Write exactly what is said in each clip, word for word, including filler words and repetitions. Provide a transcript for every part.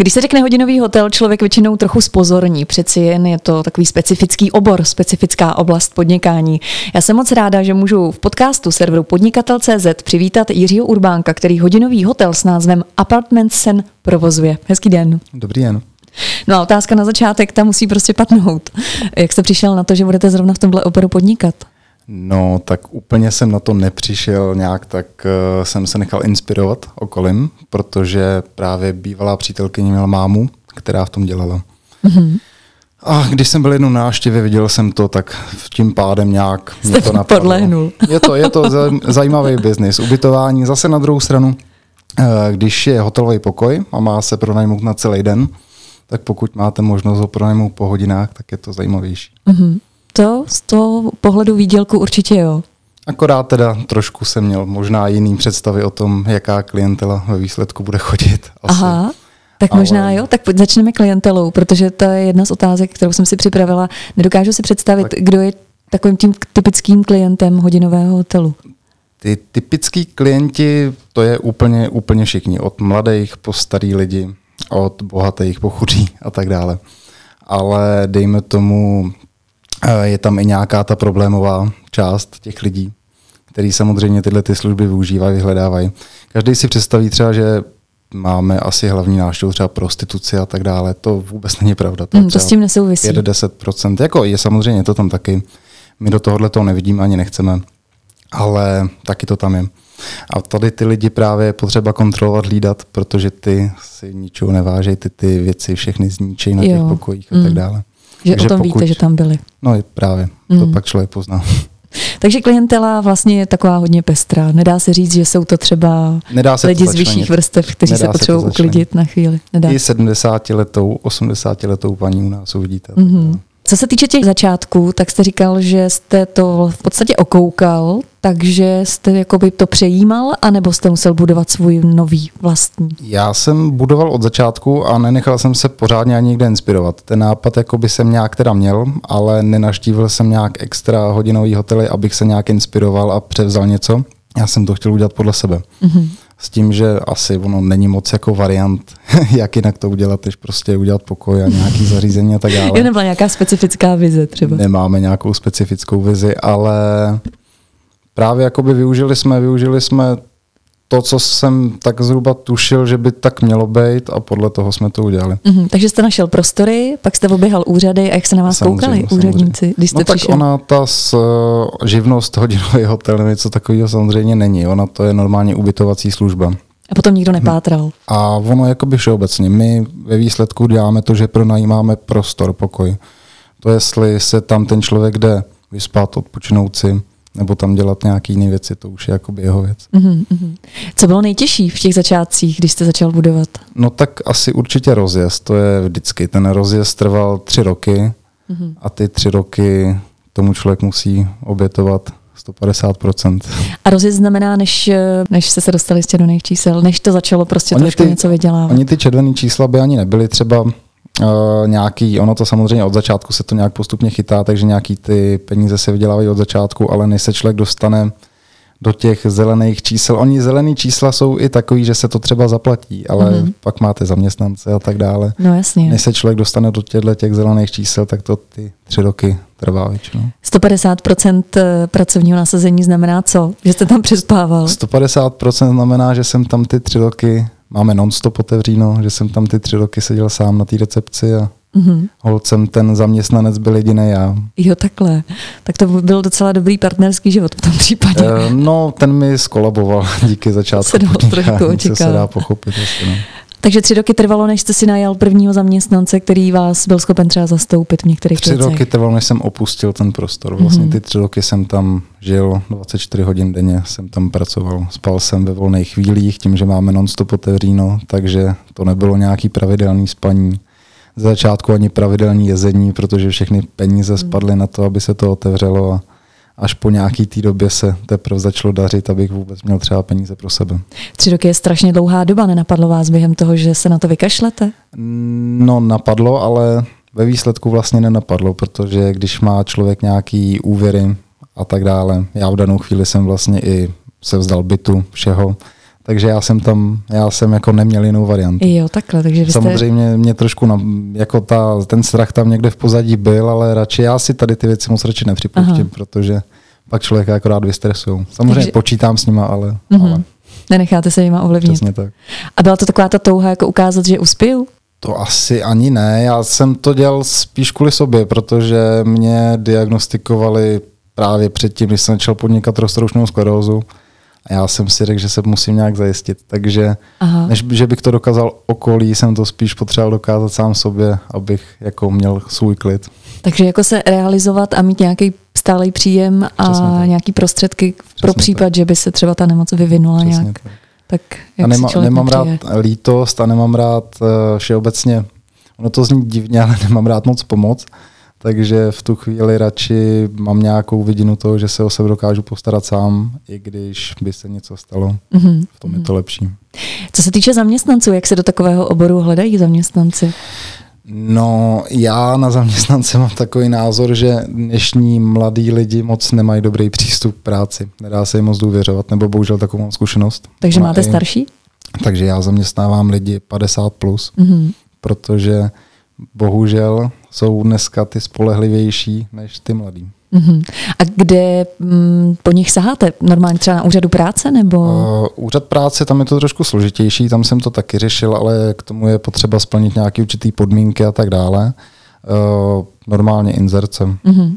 Když se řekne hodinový hotel, člověk většinou trochu zpozorní. Přeci jen je to takový specifický obor, specifická oblast podnikání. Já jsem moc ráda, že můžu v podcastu serveru podnikatel tečka cé zet přivítat Jiřího Urbánka, který hodinový hotel s názvem Apartment Sen provozuje. Hezký den. Dobrý den. No a otázka na začátek, ta musí prostě padnout. Jak jste přišel na to, že budete zrovna v tomhle oboru podnikat? No, tak úplně jsem na to nepřišel nějak, tak uh, jsem se nechal inspirovat okolím, protože právě bývalá přítelkyně měla mámu, která v tom dělala. Mm-hmm. A když jsem byl jednou na návštěvě, viděl jsem to, tak tím pádem nějak mě to napadlo. Podlehnul. Je to, je to zajímavý biznis. Ubytování zase na druhou stranu, uh, když je hotelový pokoj a má se pronajmout na celý den, tak pokud máte možnost ho pronajmout po hodinách, tak je to zajímavější. Mm-hmm. To z toho pohledu výdělku určitě jo. Akorát teda trošku jsem měl možná jiný představy o tom, jaká klientela ve výsledku bude chodit. Asi. Aha, tak Ale... možná jo, tak začneme klientelou, protože to je jedna z otázek, kterou jsem si připravila. Nedokážu si představit, tak... kdo je takovým tím typickým klientem hodinového hotelu. Ty typický klienti, to je úplně, úplně všichni, od mladých po starý lidi, od bohatých po chudí a tak dále. Ale dejme tomu, je tam i nějaká ta problémová část těch lidí, kteří samozřejmě tyhle ty služby využívají, vyhledávají. Každý si představí třeba, že máme asi hlavní návštěvu třeba prostituci a tak dále. To vůbec není pravda. To, mm, to s tím nesouvisí. pět až deset procent. Jako je samozřejmě to tam taky. My do tohohle toho nevidíme ani nechceme, ale taky to tam je. A tady ty lidi právě je potřeba kontrolovat, hlídat, protože ty si ničeho nevážejí, ty ty věci všechny zničejí na těch jo. pokojích a mm. tak dále. Že Takže o tom pokud, víte, že tam byli. No právě, mm. to pak člověk pozná. Takže klientela vlastně je taková hodně pestrá. Nedá se říct, že jsou to třeba lidi z vyšších vrstev, kteří Nedá se potřebují uklidit na chvíli. Nedá. I sedmdesátiletou, osmdesátiletou paní u nás uvidíte. Mm-hmm. Co se týče těch začátků, tak jste říkal, že jste to v podstatě okoukal, takže jste jakoby to přejímal, anebo jste musel budovat svůj nový vlastní? Já jsem budoval od začátku a nenechal jsem se pořádně ani nikde inspirovat. Ten nápad jakoby jsem nějak teda měl, ale nenaštívil jsem nějak extra hodinový hotely, abych se nějak inspiroval a převzal něco. Já jsem to chtěl udělat podle sebe. Mm-hmm. S tím, že asi ono není moc jako variant, jak jinak to udělat, než prostě udělat pokoj a nějaký zařízení a tak dále. Je nebyla nějaká specifická vize třeba? Nemáme nějakou specifickou vizi, ale právě jakoby využili jsme, využili jsme to, co jsem tak zhruba tušil, že by tak mělo být a podle toho jsme to udělali. Mm-hmm, takže jste našel prostory, pak jste oběhal úřady a jak se na vás samozřejmě, koukali samozřejmě. úředníci, když jste no přišel? Tak ona, ta s, uh, živnost hodinový hotel, nebo něco takového samozřejmě není. Ona to je normálně ubytovací služba. A potom nikdo nepátral. A ono jakoby všeobecně. My ve výsledku děláme to, že pronajímáme prostor, pokoj. To jestli se tam ten člověk jde vyspat, odpočinout si, nebo tam dělat nějaké jiné věci, to už je jakoby jeho věc. Mm-hmm. Co bylo nejtěžší v těch začátcích, když jste začal budovat? No tak asi určitě rozjezd, to je vždycky. Ten rozjezd trval tři roky mm-hmm. a ty tři roky tomu člověk musí obětovat sto padesát procent. A rozjezd znamená, než, než jste se dostali z červených čísel, než to začalo prostě oni trošku ty, něco vydělávat? Oni ty červený čísla by ani nebyly třeba Uh, nějaký, ono to samozřejmě od začátku se to nějak postupně chytá, takže nějaký ty peníze se vydělávají od začátku, ale než se člověk dostane do těch zelených čísel. Oni zelený čísla jsou i takový, že se to třeba zaplatí, ale mm-hmm. pak máte zaměstnance a tak dále. No jasně. Než se člověk dostane do těchto těch zelených čísel, tak to ty tři roky trvá většinou. sto padesát procent pracovního nasazení znamená co? Že jste tam přespával? sto padesát procent znamená, že jsem tam ty tři roky máme non-stop otevříno, že jsem tam ty tři roky seděl sám na té recepci a mm-hmm. holcem ten zaměstnanec byl jediný já. Jo, takhle. Tak to byl docela dobrý partnerský život v tom případě. E, no, ten mi skolaboval díky začátku podnikání, co se dá pochopit. Asi, no. Takže tři roky trvalo, než jste si najal prvního zaměstnance, který vás byl schopen třeba zastoupit v některých Tři věcech. roky trvalo, než jsem opustil ten prostor. Vlastně ty tři roky jsem tam žil, dvacet čtyři hodin denně jsem tam pracoval. Spal jsem ve volných chvílích, tím, že máme non-stop otevříno, takže to nebylo nějaký pravidelný spaní. Z začátku ani pravidelný jezení, protože všechny peníze spadly na to, aby se to otevřelo a až po nějaký té době se teprve začalo dařit, abych vůbec měl třeba peníze pro sebe. Tři roky je strašně dlouhá doba, nenapadlo vás během toho, že se na to vykašlete? No napadlo, ale ve výsledku vlastně nenapadlo, protože když má člověk nějaký úvěry a tak dále, já v danou chvíli jsem vlastně i se vzdal bytu, všeho, takže já jsem tam, já jsem jako neměl jinou variantu. Jo, takhle, takže vy jste... Samozřejmě mě trošku, na, jako ta, ten strach tam někde v pozadí byl, ale radši já si tady ty věci moc radši nepřipouštím, protože pak člověka akorát vystresují. Samozřejmě takže... počítám s nima, ale... Mm-hmm. ale... Nenecháte se jima ovlivnit. Přesně tak. A byla to taková ta touha jako ukázat, že uspěju? To asi ani ne, já jsem to dělal spíš kvůli sobě, protože mě diagnostikovali právě předtím, když jsem začal podnikat roztroušnou sklerózu a já jsem si řekl, že se musím nějak zajistit, takže Aha. než že bych to dokázal okolí, jsem to spíš potřeboval dokázat sám sobě, abych jako měl svůj klid. Takže jako se realizovat a mít nějaký stálý příjem a nějaký prostředky Přesně pro případ, tak. že by se třeba ta nemoc vyvinula Přesně nějak. Tak. Tak jak a nema, nemám nepřijde. rád lítost a nemám rád uh, všeobecně, ono to zní divně, ale nemám rád moc pomoc, takže v tu chvíli radši mám nějakou vidinu toho, že se o sebe dokážu postarat sám, i když by se něco stalo. Mm-hmm. V tom je to lepší. Co se týče zaměstnanců, jak se do takového oboru hledají zaměstnanci? No, já na zaměstnance mám takový názor, že dnešní mladí lidi moc nemají dobrý přístup k práci. Nedá se jim moc důvěřovat, nebo bohužel takovou mám zkušenost. Takže Ona máte i, starší? Takže já zaměstnávám lidi padesát plus, mm-hmm. protože bohužel jsou dneska ty spolehlivější než ty mladí. Uh-huh. A kde m, po nich saháte? Normálně třeba na úřadu práce? Nebo? Uh, úřad práce, tam je to trošku složitější, tam jsem to taky řešil, ale k tomu je potřeba splnit nějaké určité podmínky a tak dále. Uh, normálně inzercem. Uh-huh.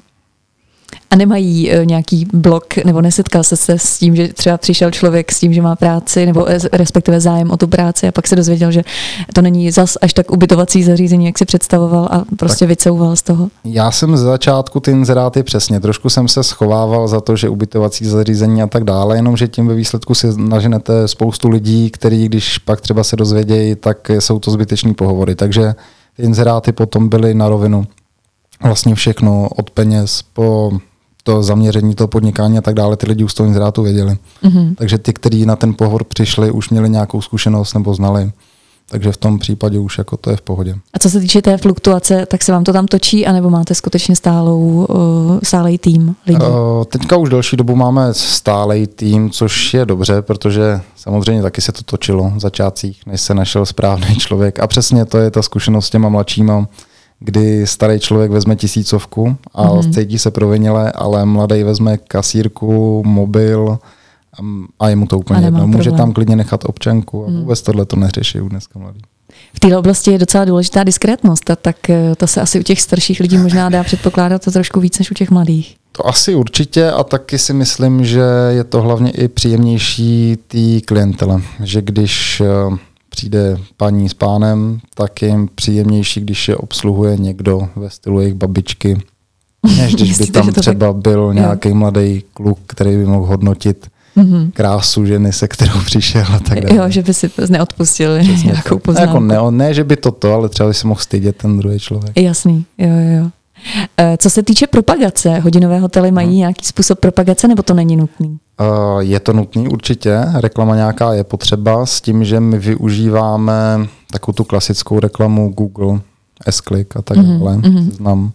A nemají uh, nějaký blok, nebo nesetkal se se s tím, že třeba přišel člověk s tím, že má práci, nebo respektive zájem o tu práci a pak se dozvěděl, že to není zas až tak ubytovací zařízení, jak si představoval a prostě tak vycouval z toho? Já jsem z začátku ty inzeráty přesně, trošku jsem se schovával za to, že ubytovací zařízení a tak dále, jenomže tím ve výsledku si naženete spoustu lidí, který když pak třeba se dozvědějí, tak jsou to zbytečný pohovory, takže ty inzeráty potom byly na rovinu. Vlastně všechno od peněz po to zaměření toho podnikání a tak dále, ty lidi už z toho inzerátu věděli. Mm-hmm. Takže ty, kteří na ten pohovor přišli, už měli nějakou zkušenost nebo znali. Takže v tom případě už jako to je v pohodě. A co se týče té fluktuace, tak se vám to tam točí, anebo máte skutečně stálou, uh, stálej tým lidí? Uh, teďka už delší dobu máme stálej tým, což je dobře, protože samozřejmě taky se to točilo v začátcích, než se našel správný člověk. A přesně to je ta zkušenost s těma mladšíma, kdy starý člověk vezme tisícovku a mm-hmm. cítí se provinile, ale mladý vezme kasírku, mobil a, a je mu to úplně jedno. Může tam klidně nechat občanku a vůbec mm. tohle to neřeší u dneska mladý. V této oblasti je docela důležitá diskrétnost, a tak to se asi u těch starších lidí možná dá předpokládat to trošku víc než u těch mladých. To asi určitě a taky si myslím, že je to hlavně i příjemnější té klientele, že když přijde paní s pánem, tak je jim příjemnější, když je obsluhuje někdo ve stylu jejich babičky, než když by tam třeba byl nějaký mladý kluk, který by mohl hodnotit mm-hmm. krásu ženy, se kterou přišel a tak dále. Jo, že by si neodpustil Přesně nějakou poznámku. Jako ne, ne, že by toto, ale třeba by si mohl stydět ten druhý člověk. Jasný, jo, jo. Co se týče propagace, hodinové hotely mají hmm. nějaký způsob propagace, nebo to není nutný? Uh, je to nutný určitě, reklama nějaká je potřeba s tím, že my využíváme takovou tu klasickou reklamu Google, S-Click a tak mm-hmm. dále. Znám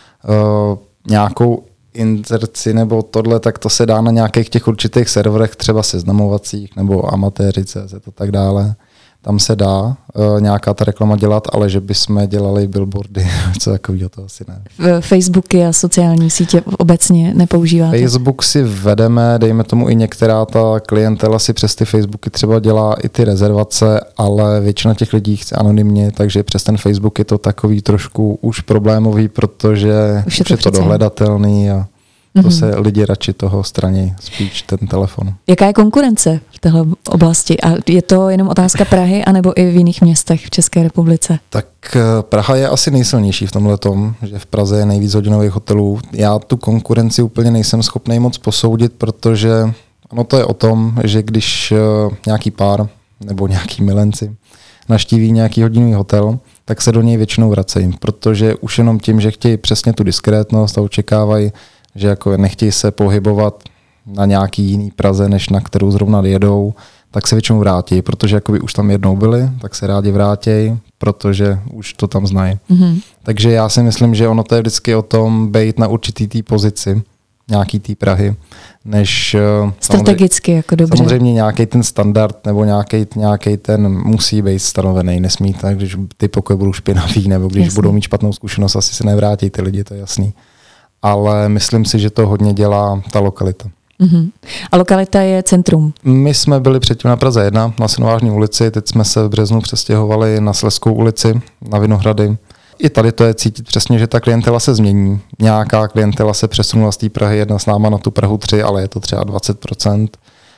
uh, nějakou inzerci nebo tohle, tak to se dá na nějakých těch určitých serverech, třeba seznamovacích nebo amatéři tečka cé zet a tak dále. Tam se dá uh, nějaká ta reklama dělat, ale že bychom dělali billboardy, co takového, to asi ne. Facebooky a sociální sítě obecně nepoužíváte? Facebook si vedeme, dejme tomu i některá ta klientela si přes ty Facebooky třeba dělá i ty rezervace, ale většina těch lidí chce anonymně, takže přes ten Facebook je to takový trošku už problémový, protože už je to, už je to dohledatelný a to se lidi radši toho straní, spíš ten telefon. Jaká je konkurence v téhle oblasti? A je to jenom otázka Prahy, anebo i v jiných městech v České republice? Tak Praha je asi nejsilnější v tomhletom, že v Praze je nejvíc hodinových hotelů. Já tu konkurenci úplně nejsem schopný moc posoudit, protože ono to je o tom, že když nějaký pár nebo nějaký milenci navštíví nějaký hodinový hotel, tak se do něj většinou vracejí, protože už jenom tím, že chtějí přesně tu diskrétnost a očekávají, že jako nechtějí se pohybovat na nějaký jiný Praze, než na kterou zrovna jedou, tak se většinou vrátí, protože jakoby už tam jednou byli, tak se rádi vrátí, protože už to tam znají. Mm-hmm. Takže já si myslím, že ono to je vždycky o tom být na určitý té pozici, nějaký té Prahy, než strategicky samozřejmě, jako dobře. Samozřejmě nějaký ten standard nebo nějaký, nějaký ten musí být stanovený, nesmí tak, když ty pokoje budou špinavý nebo když Jasný. budou mít špatnou zkušenost, asi se nevrátí ty lidi, to je jasný. Ale myslím si, že to hodně dělá ta lokalita. Uh-huh. A lokalita je centrum? My jsme byli předtím na Praze jedna, na Synovážní ulici, teď jsme se v březnu přestěhovali na Slezskou ulici, na Vinohrady. I tady to je cítit přesně, že ta klientela se změní. Nějaká klientela se přesunula z té Prahy jedna s náma na tu Prahu tři, ale je to třeba dvacet procent.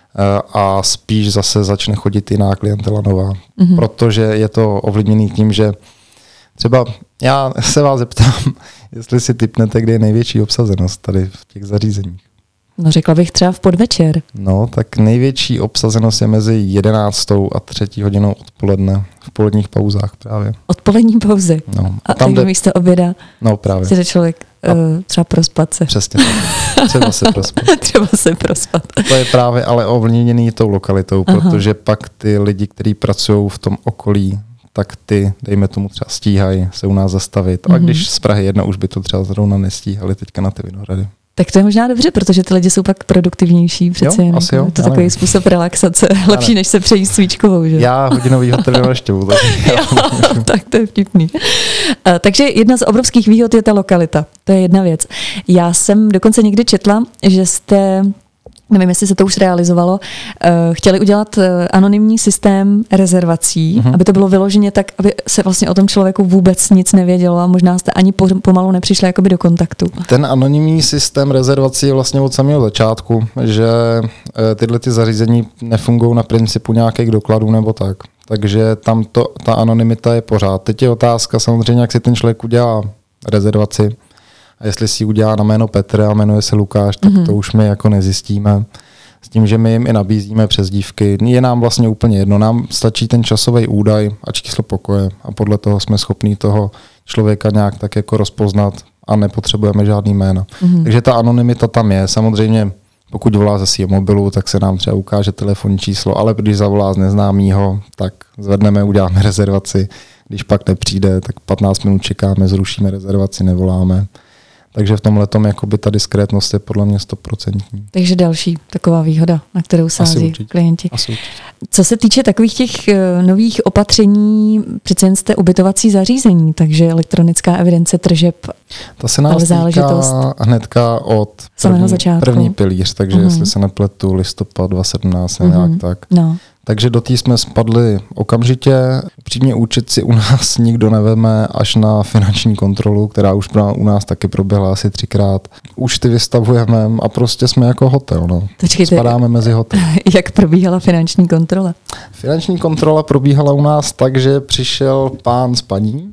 A spíš zase začne chodit jiná klientela nová. Uh-huh. Protože je to ovlivněný tím, že třeba já se vás zeptám, jestli si tipnete, kde je největší obsazenost tady v těch zařízeních. No řekla bych třeba v podvečer. No, tak největší obsazenost je mezi jedenáctou a třetí hodinou odpoledne v poledních pauzách právě. Odpolední pauzy? No. A, a tam jde... místo oběda no, právě. si jde člověk a... uh, třeba prospat se. Přesně tak. Třeba se prospat. třeba se prospat. To je právě ale ovlivněný tou lokalitou, Aha. protože pak ty lidi, kteří pracují v tom okolí, tak ty, dejme tomu, třeba stíhají se u nás zastavit. Mm-hmm. A když z Prahy jedna už by to třeba zrovna nestíhali teďka na ty Vinohrady. Tak to je možná dobře, protože ty lidi jsou pak produktivnější přece. Jo, asi jo, to je takový nevím. Způsob relaxace, lepší než se přejít svíčkovou. Že? Já hodinový hotel navštěvu. Tak, tak to je vtipný. Uh, takže jedna z obrovských výhod je ta lokalita. To je jedna věc. Já jsem dokonce někdy četla, že jste... nevím, jestli se to už realizovalo, chtěli udělat anonymní systém rezervací, uh-huh. aby to bylo vyloženě tak, aby se vlastně o tom člověku vůbec nic nevědělo a možná jste ani pomalu nepřišli jakoby do kontaktu. Ten anonymní systém rezervací je vlastně od samého začátku, že tyhle ty zařízení nefungují na principu nějakých dokladů nebo tak. Takže tam to, ta anonymita je pořád. Teď je otázka samozřejmě, jak si ten člověk udělá rezervaci. A jestli si udělá na jméno Petr a jmenuje se Lukáš, tak mm-hmm. to už my jako nezjistíme. S tím, že my jim i nabízíme přezdívky. Je nám vlastně úplně jedno. Nám stačí ten časový údaj a číslo pokoje a podle toho jsme schopní toho člověka nějak tak jako rozpoznat a nepotřebujeme žádný jména. Mm-hmm. Takže ta anonymita tam je. Samozřejmě pokud volá ze svého mobilu, tak se nám třeba ukáže telefonní číslo, ale když zavolá z neznámého, tak zvedneme, uděláme rezervaci. Když pak nepřijde, tak patnáct minut čekáme, zrušíme rezervaci, nevoláme. Takže v tomhletom jakoby ta diskrétnost je podle mě stoprocentní. Takže další taková výhoda, na kterou sází klienti. Co se týče takových těch uh, nových opatření, přece jen jste ubytovací zařízení, takže elektronická evidence tržeb. Ta se nás týká hnedka od první, první pilíř, takže uh-huh. jestli se nepletu, listopad dva tisíce sedmnáct, uh-huh. nějak tak. No. Takže do té jsme spadli okamžitě. Upřímně účet si u nás nikdo neveme až na finanční kontrolu, která už u nás taky proběhla asi třikrát. Účty vystavujeme a prostě jsme jako hotel. No. Počkejte, spadáme mezi hotel. Jak probíhala finanční kontrola? Finanční kontrola probíhala u nás tak, že přišel pán s paní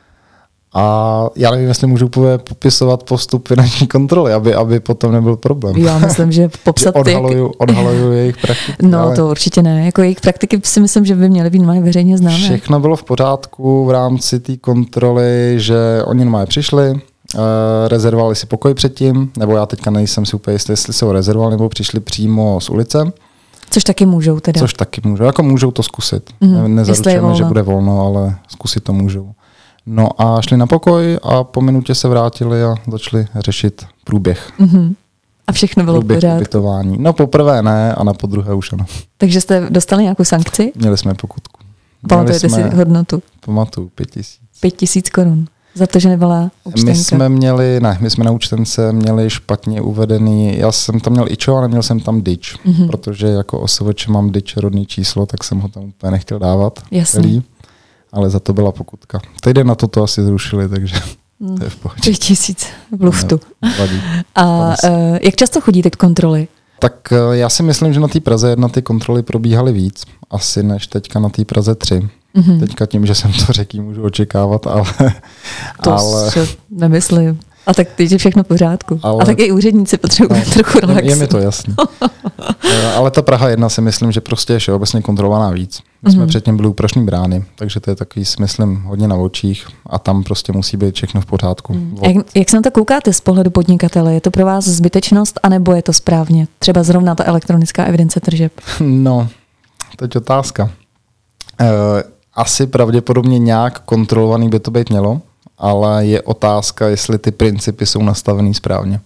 a já nevím, jestli můžu popisovat postup finanční kontroly, aby, aby potom nebyl problém. Já myslím, že popsat... že odhaluju, jak... odhaluju jejich praktiky. No ale... to určitě ne. Jako jejich praktiky si myslím, že by měly být veřejně známé. Všechno bylo v pořádku v rámci té kontroly, že oni normálně přišli, uh, rezervovali si pokoj předtím, nebo já teďka nejsem si úplně jistý, jestli se ho rezervovali, nebo přišli přímo z ulice. Což taky můžou teda. Což taky můžou. Jako můžou to zkusit. Mm, Nezaručujeme, že bude volno, ale zkusit to můžou. No a šli na pokoj a po minutě se vrátili a začali řešit průběh. Mm-hmm. A všechno bylo průběh v pořádku. Ubytování. No poprvé ne a na podruhé už ano. Takže jste dostali nějakou sankci? Měli jsme pokutku. Pamatujete si hodnotu? Pamatuju, pět tisíc. Pět tisíc korun. Za to, že nebyla účtenka. My jsme měli, ne, my jsme na účtence měli špatně uvedený, já jsem tam měl ičo a neměl jsem tam dič, mm-hmm. protože jako osoveč mám dič rodný číslo, tak jsem ho tam úplně nechtěl dávat. Jasně. Celý. Ale za to byla pokutka. Týden na to to asi zrušili, takže mm. to je v pohodě. Pět tisíc v luftu. Vadí. A uh, jak často chodí ty kontroly? Tak uh, já si myslím, že na té Praze jedna ty kontroly probíhaly víc, asi než teďka na té Praze tři. Mm-hmm. Teďka tím, že jsem to řekl, můžu očekávat, ale... To ale... nemyslím. A tak teď je všechno v pořádku. Ale... A tak i úředníci potřebují no, trochu relaxu. Je mi to jasné. Ale ta Praha jedna si myslím, že prostě je všeobecně kontrolovaná víc. My mm-hmm. jsme předtím byli u Prašní brány, takže to je takový, si myslím, hodně na očích a tam prostě musí být všechno v pořádku. Mm. Jak, jak se na to koukáte z pohledu podnikatele? Je to pro vás zbytečnost, anebo je to správně? Třeba zrovna ta elektronická evidence tržeb. No, teď otázka. E, asi pravděpodobně nějak kontrolovaný by to být mělo, ale je otázka, jestli ty principy jsou nastavený správně.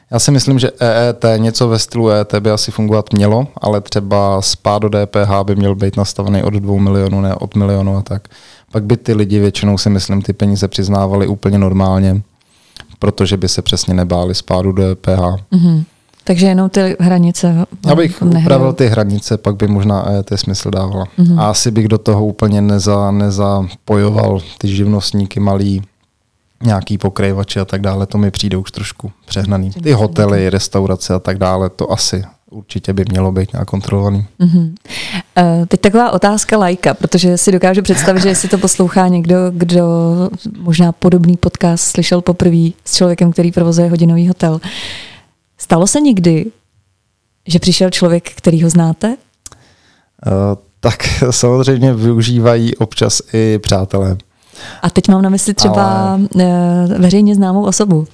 Já si myslím, že E E T, něco ve stylu E E T by asi fungovat mělo, ale třeba spád do D P H by měl být nastavený od dvou milionů, ne od milionu a tak. Pak by ty lidi většinou, si myslím, ty peníze přiznávali úplně normálně, protože by se přesně nebáli spádu do D P H. Mm-hmm. Takže jenom ty hranice. Abych upravil ty hranice, pak by možná E E T smysl dávala. Mm-hmm. A asi bych do toho úplně neza, nezapojoval ty živnostníky malý, nějaký pokrývače a tak dále, to mi přijde už trošku přehnaný. Ty hotely, restaurace a tak dále, to asi určitě by mělo být nějak kontrolovaný. Mm-hmm. Uh, teď taková otázka lajka, protože si dokážu představit, že jestli to poslouchá někdo, kdo možná podobný podcast slyšel poprvé s člověkem, který provozuje hodinový hotel. Stalo se někdy, že přišel člověk, který ho znáte? Uh, tak samozřejmě využívají občas i přátelé. A teď mám na mysli třeba Ale... veřejně známou osobu.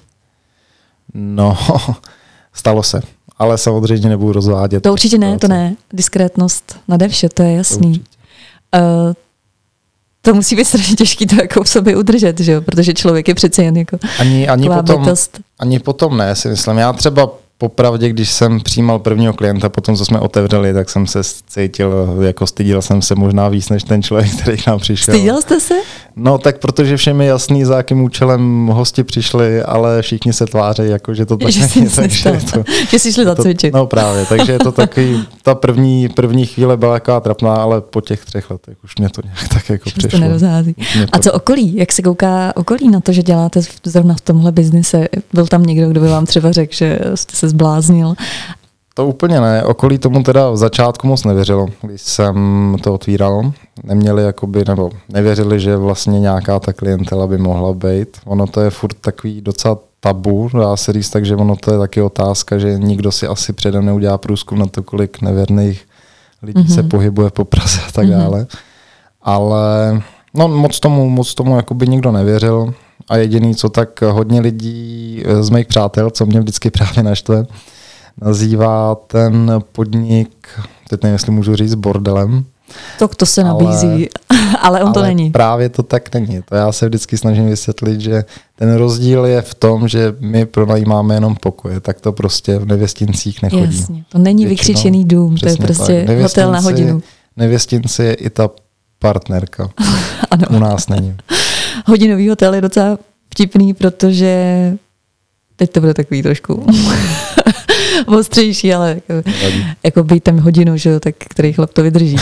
No, stalo se. Ale samozřejmě nebudu rozvádět. To určitě ne, to ne. Diskrétnost nade vše, to je jasný. To, uh, to musí být strašně těžký to jako v sobě udržet, že jo? Protože člověk je přece jen jako ani, ani potom, ani potom ne, si myslím. Já třeba popravdě, když jsem přijímal prvního klienta, potom co jsme otevřeli, tak jsem se cítil, jako styděl jsem se možná víc, než ten člověk, který k nám přišel. Styděl jste se? No tak protože všem je jasný, za jakým účelem hosti přišli, ale všichni se tváří, jako že to tak že není. Takže to, že si šli zacvičit. No právě, takže je to takový, ta první, první chvíle byla taková trapná, ale po těch třech letech už mě to nějak tak jako už přišlo. To nerozhází. A co okolí? Jak se kouká okolí na to, že děláte zrovna v tomhle biznise? Byl tam někdo, kdo by vám třeba řekl, že jste se zbláznil? To úplně ne. Okolí tomu teda v začátku moc nevěřilo, když jsem to otvíral. Neměli jakoby, nebo nevěřili, že vlastně nějaká ta klientela by mohla být. Ono to je furt takový docela tabu, dá se říct, takže ono to je taky otázka, že nikdo si asi předem neudělá průzkum na to, kolik nevěrných lidí mm-hmm. se pohybuje po Praze a tak mm-hmm. dále. Ale no, moc tomu, moc tomu jakoby nikdo nevěřil. A jediný, co tak hodně lidí z mých přátel, co mě vždycky právě naštve, nazývá ten podnik, teď nevím, jestli můžu říct, bordelem. To, to se nabízí, ale, ale on ale to není. Právě to tak není. To já se vždycky snažím vysvětlit, že ten rozdíl je v tom, že my pronajímáme jenom pokoje, tak to prostě v nevěstincích nechodí. Jasně, to není Většinou, vykřičený dům, to je prostě hotel na hodinu. Nevěstinci je i ta partnerka. Ano. U nás není. Hodinový hotel je docela vtipný, protože teď to bude takový trošku ostřejší, ale jako, jako být tam hodinu, že jo, tak který chlap to vydrží.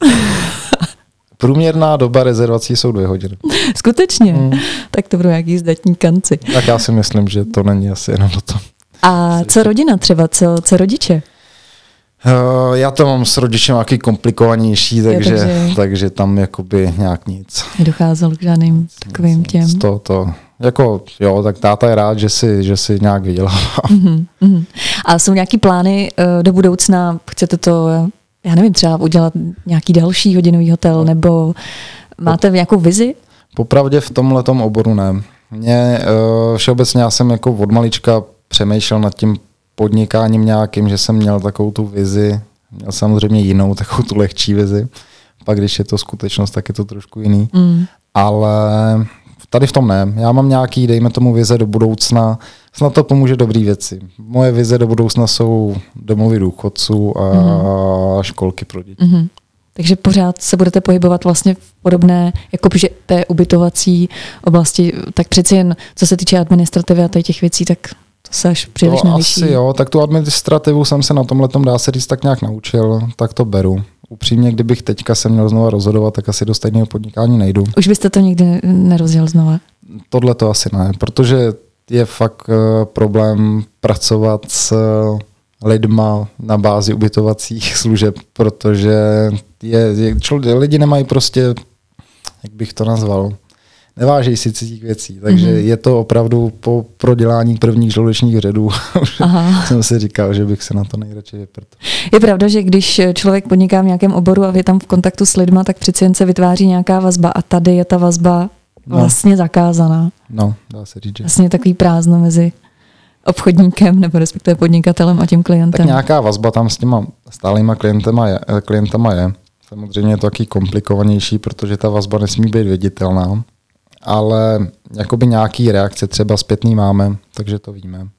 Průměrná doba rezervací jsou dvě hodiny. Skutečně? Hmm. Tak to budou nějaký zdatní kanci. Tak já si myslím, že to není asi jenom o tom. A co rodina třeba, co, co rodiče? Uh, já to mám s rodičem nějaký komplikovanější, takže, jo, takže... takže tam jakoby nějak nic. Nedocházelo k žádným nic, takovým nic, těm. To, to, jako, jo, tak táta je rád, že si, že si nějak vydělává. Uh-huh, uh-huh. A jsou nějaký plány uh, do budoucna? Chcete to, já nevím, třeba udělat nějaký další hodinový hotel, nebo máte nějakou vizi? Popravdě v tomhletom oboru ne. Mě uh, všeobecně já jsem jako od malička přemýšlel nad tím podnikáním nějakým, že jsem měl takovou tu vizi, měl samozřejmě jinou, takovou tu lehčí vizi. Pak když je to skutečnost, tak je to trošku jiný. Mm. Ale tady v tom ne. Já mám nějaký, dejme tomu, vize do budoucna. Snad to pomůže dobrý věci. Moje vize do budoucna jsou domovy důchodců a mm. školky pro děti. Mm. Takže pořád se budete pohybovat vlastně v podobné, jako že té ubytovací oblasti, tak přeci jen, co se týče administrativy a těch věcí, tak to se až příliš to neliší. Asi jo, tak tu administrativu jsem se na tomhletom, dá se říct, tak nějak naučil, tak to beru. Upřímně, kdybych teďka se měl znova rozhodovat, tak asi do stejného podnikání nejdu. Už byste to nikdy nerozdělil znova? Tohle to asi ne, protože je fakt uh, problém pracovat s uh, lidma na bázi ubytovacích služeb, protože je, je, člo, lidi nemají prostě, jak bych to nazval, nevážejí si cizích věcí, takže mm-hmm. je to opravdu po prodělání prvních žaludečních řadů. jsem si říkal, že bych se na to nejradši vyprt. Je pravda, že když člověk podniká v nějakém oboru a je tam v kontaktu s lidma, tak přeci jen se vytváří nějaká vazba a tady je ta vazba vlastně no. zakázaná. No, dá se říct, že. Vlastně takový prázdno mezi obchodníkem nebo respektive podnikatelem a tím klientem. Tak nějaká vazba tam s těma stálýma klientama je. Klientama je. Samozřejmě je to taky komplikovanější, protože ta vazba nesmí být viditelná. Ale jakoby nějaký reakce třeba zpětný máme, takže to víme.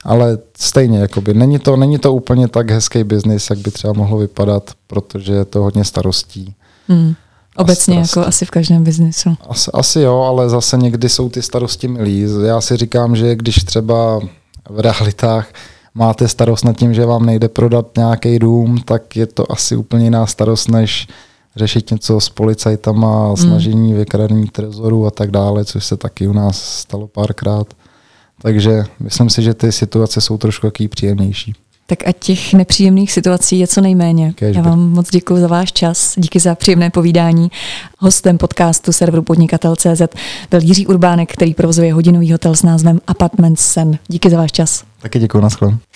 Ale stejně, jakoby, není to, není to úplně tak hezký biznis, jak by třeba mohlo vypadat, protože je to hodně starostí. Hmm. Obecně jako asi v každém biznisu. Asi, asi jo, ale zase někdy jsou ty starosti milí. Já si říkám, že když třeba v realitách máte starost nad tím, že vám nejde prodat nějaký dům, tak je to asi úplně jiná starost, než řešit něco s policajtama, snažení hmm. vykradení trezoru a tak dále, což se taky u nás stalo párkrát. Takže myslím si, že ty situace jsou trošku jaký příjemnější. Tak a těch nepříjemných situací je co nejméně. Kežby. Já vám moc děkuji za váš čas, díky za příjemné povídání. Hostem podcastu serveru podnikatel tečka cé zet byl Jiří Urbánek, který provozuje hodinový hotel s názvem Apartment Sen. Díky za váš čas. Taky děkuji, naschle.